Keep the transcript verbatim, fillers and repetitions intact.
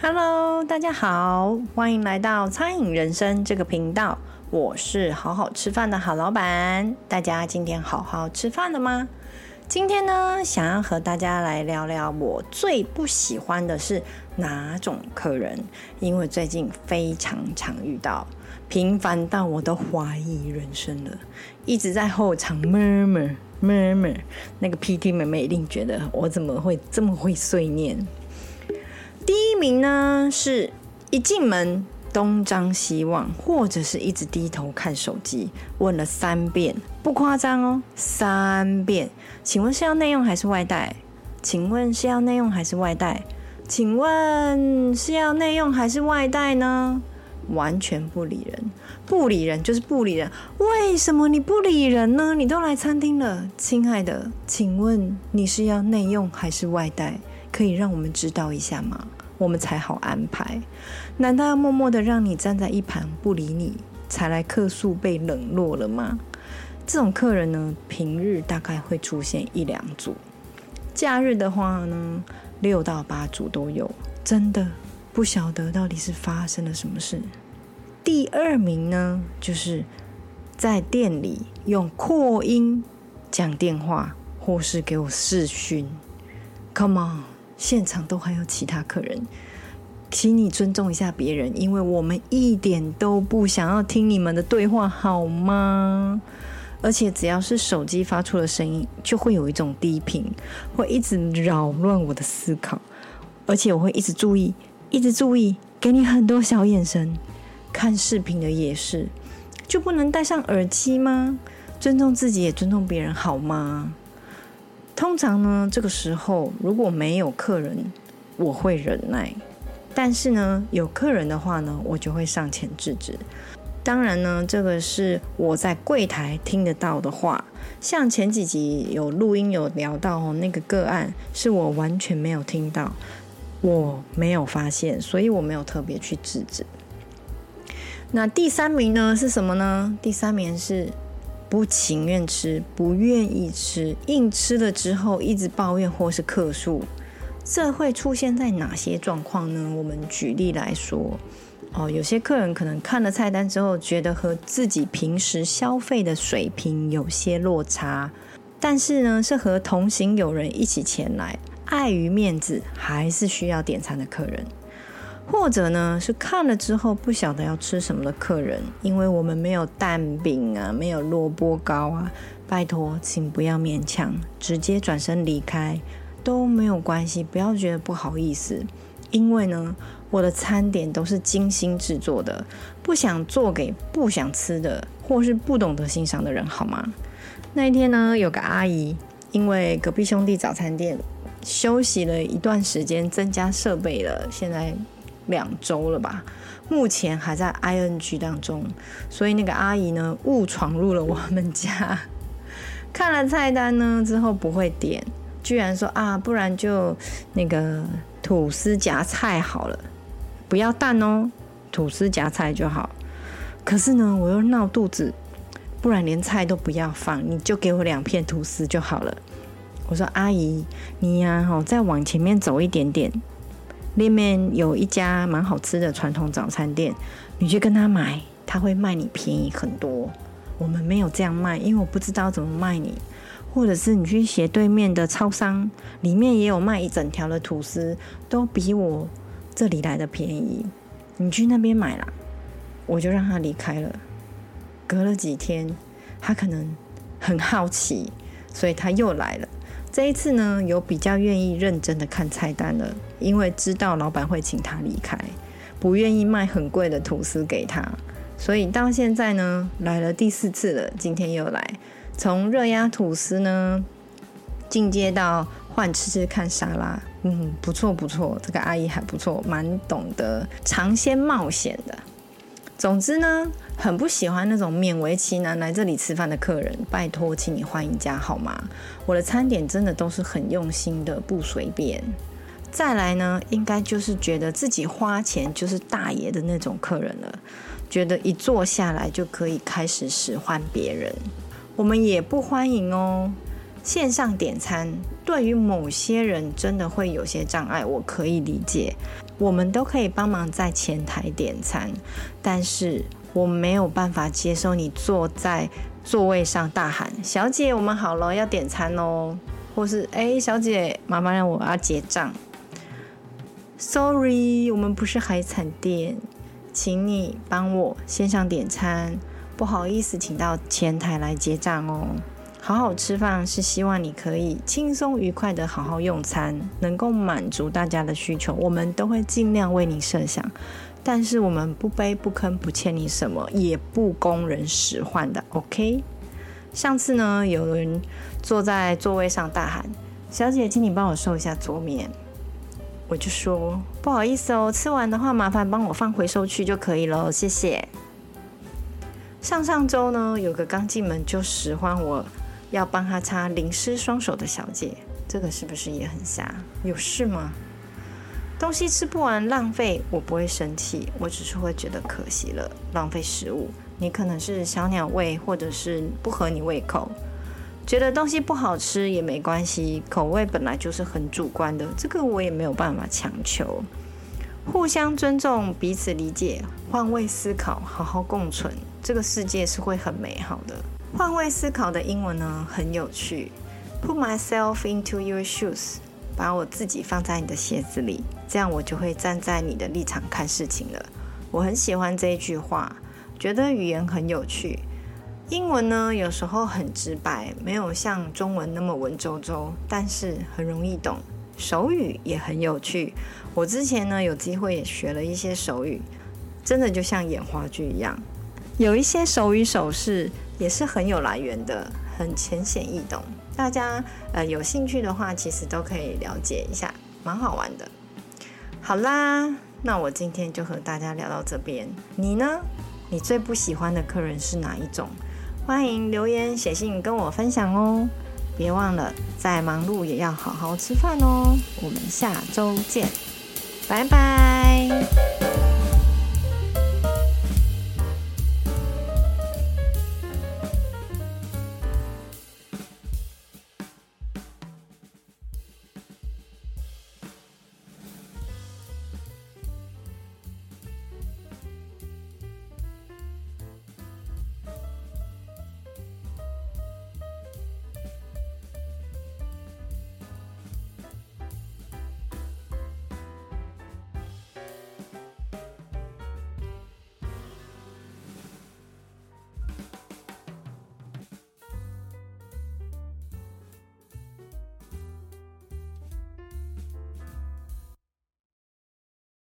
Hello， 大家好，欢迎来到餐饮人生这个频道，我是好好吃饭的好老板。大家今天好好吃饭了吗？今天呢，想要和大家来聊聊我最不喜欢的是哪种客人，因为最近非常常遇到，频繁到我都怀疑人生了，一直在后场 murmur murmur， 那个 P T 妹妹一定觉得我怎么会这么会碎念。第一名呢，是一进门东张西望，或者是一直低头看手机，问了三遍，不夸张哦，三遍。请问是要内用还是外带？请问是要内用还是外带？请问是要内用还是外带呢？完全不理人，不理人就是不理人。为什么你不理人呢？你都来餐厅了，亲爱的，请问你是要内用还是外带？可以让我们知道一下吗？我们才好安排。难道要默默的让你站在一旁不理你，才来客诉被冷落了吗？这种客人呢，平日大概会出现一两组，假日的话呢，六到八组都有。真的不晓得到底是发生了什么事。第二名呢，就是在店里用扩音讲电话，或是给我视讯。Come on， 现场都还有其他客人，请你尊重一下别人，因为我们一点都不想要听你们的对话，好吗？而且只要是手机发出的声音，就会有一种低频，会一直扰乱我的思考，而且我会一直注意，一直注意，给你很多小眼神。看视频的也是，就不能戴上耳机吗？尊重自己也尊重别人，好吗？通常呢，这个时候如果没有客人，我会忍耐，但是呢，有客人的话呢，我就会上前制止。当然呢，这个是我在柜台听得到的话，像前几集有录音有聊到哦，那个个案是我完全没有听到，我没有发现，所以我没有特别去制止。那第三名呢是什么呢？第三名是不情愿吃，不愿意吃，硬吃了之后一直抱怨或是客诉。这会出现在哪些状况呢？我们举例来说，哦，有些客人可能看了菜单之后，觉得和自己平时消费的水平有些落差，但是呢，是和同行友人一起前来，碍于面子还是需要点餐的客人。或者呢，是看了之后不晓得要吃什么的客人，因为我们没有蛋饼啊，没有萝卜糕啊，拜托，请不要勉强，直接转身离开都没有关系，不要觉得不好意思。因为呢，我的餐点都是精心制作的，不想做给不想吃的或是不懂得欣赏的人，好吗？那一天呢，有个阿姨，因为隔壁兄弟早餐店休息了一段时间，增加设备了，现在两周了吧，目前还在 I N G 当中，所以那个阿姨呢误闯入了我们家，看了菜单呢之后不会点，居然说啊，不然就那个吐司夹菜好了，不要蛋哦，吐司夹菜就好。可是呢，我又闹肚子，不然连菜都不要放，你就给我两片吐司就好了。我说阿姨，你呀、啊、再往前面走一点点，里面有一家蛮好吃的传统早餐店，你去跟他买，他会卖你便宜很多。我们没有这样卖，因为我不知道怎么卖你。或者是你去斜对面的超商，里面也有卖一整条的吐司，都比我这里来的便宜，你去那边买啦。我就让他离开了。隔了几天，他可能很好奇，所以他又来了。这一次呢，有比较愿意认真的看菜单了，因为知道老板会请他离开，不愿意卖很贵的吐司给他，所以到现在呢，来了第四次了，今天又来，从热压吐司呢进阶到换吃吃看沙拉，嗯，不错不错，这个阿姨还不错，蛮懂得尝鲜冒险的。总之呢，很不喜欢那种勉为其难来这里吃饭的客人，拜托请你换一家好吗？我的餐点真的都是很用心的，不随便。再来呢，应该就是觉得自己花钱就是大爷的那种客人了，觉得一坐下来就可以开始使唤别人，我们也不欢迎哦。 线上点餐对于某些人真的会有些障碍，我可以理解。我们都可以帮忙在前台点餐，但是我没有办法接受你坐在座位上大喊小姐我们好了要点餐哦，或是哎小姐麻烦让我要结账， Sorry 我们不是海产店，请你帮我线上点餐，不好意思请到前台来结账哦。好好吃饭是希望你可以轻松愉快的好好用餐，能够满足大家的需求，我们都会尽量为你设想，但是我们不卑不吭，不欠你什么，也不供人使唤的 OK。 上次呢有人坐在座位上大喊小姐请你帮我收一下桌面，我就说不好意思哦，吃完的话麻烦帮我放回收区就可以了，谢谢。上上周呢有个刚进门就使唤我要帮他擦淋湿双手的小姐，这个是不是也很瞎？有事吗？东西吃不完浪费我不会生气，我只是会觉得可惜了，浪费食物。你可能是小鸟胃或者是不合你胃口，觉得东西不好吃也没关系，口味本来就是很主观的，这个我也没有办法强求。互相尊重，彼此理解，换位思考，好好共存，这个世界是会很美好的。换位思考的英文呢很有趣， Put myself into your shoes， 把我自己放在你的鞋子里，这样我就会站在你的立场看事情了。我很喜欢这一句话，觉得语言很有趣。英文呢有时候很直白，没有像中文那么文绉绉，但是很容易懂。手语也很有趣，我之前呢有机会也学了一些手语，真的就像演话剧一样，有一些手语手势也是很有来源的，很浅显易懂，大家呃有兴趣的话其实都可以了解一下，蛮好玩的。好啦，那我今天就和大家聊到这边，你呢？你最不喜欢的客人是哪一种？欢迎留言写信跟我分享哦。别忘了再忙碌也要好好吃饭哦。我们下周见，拜拜。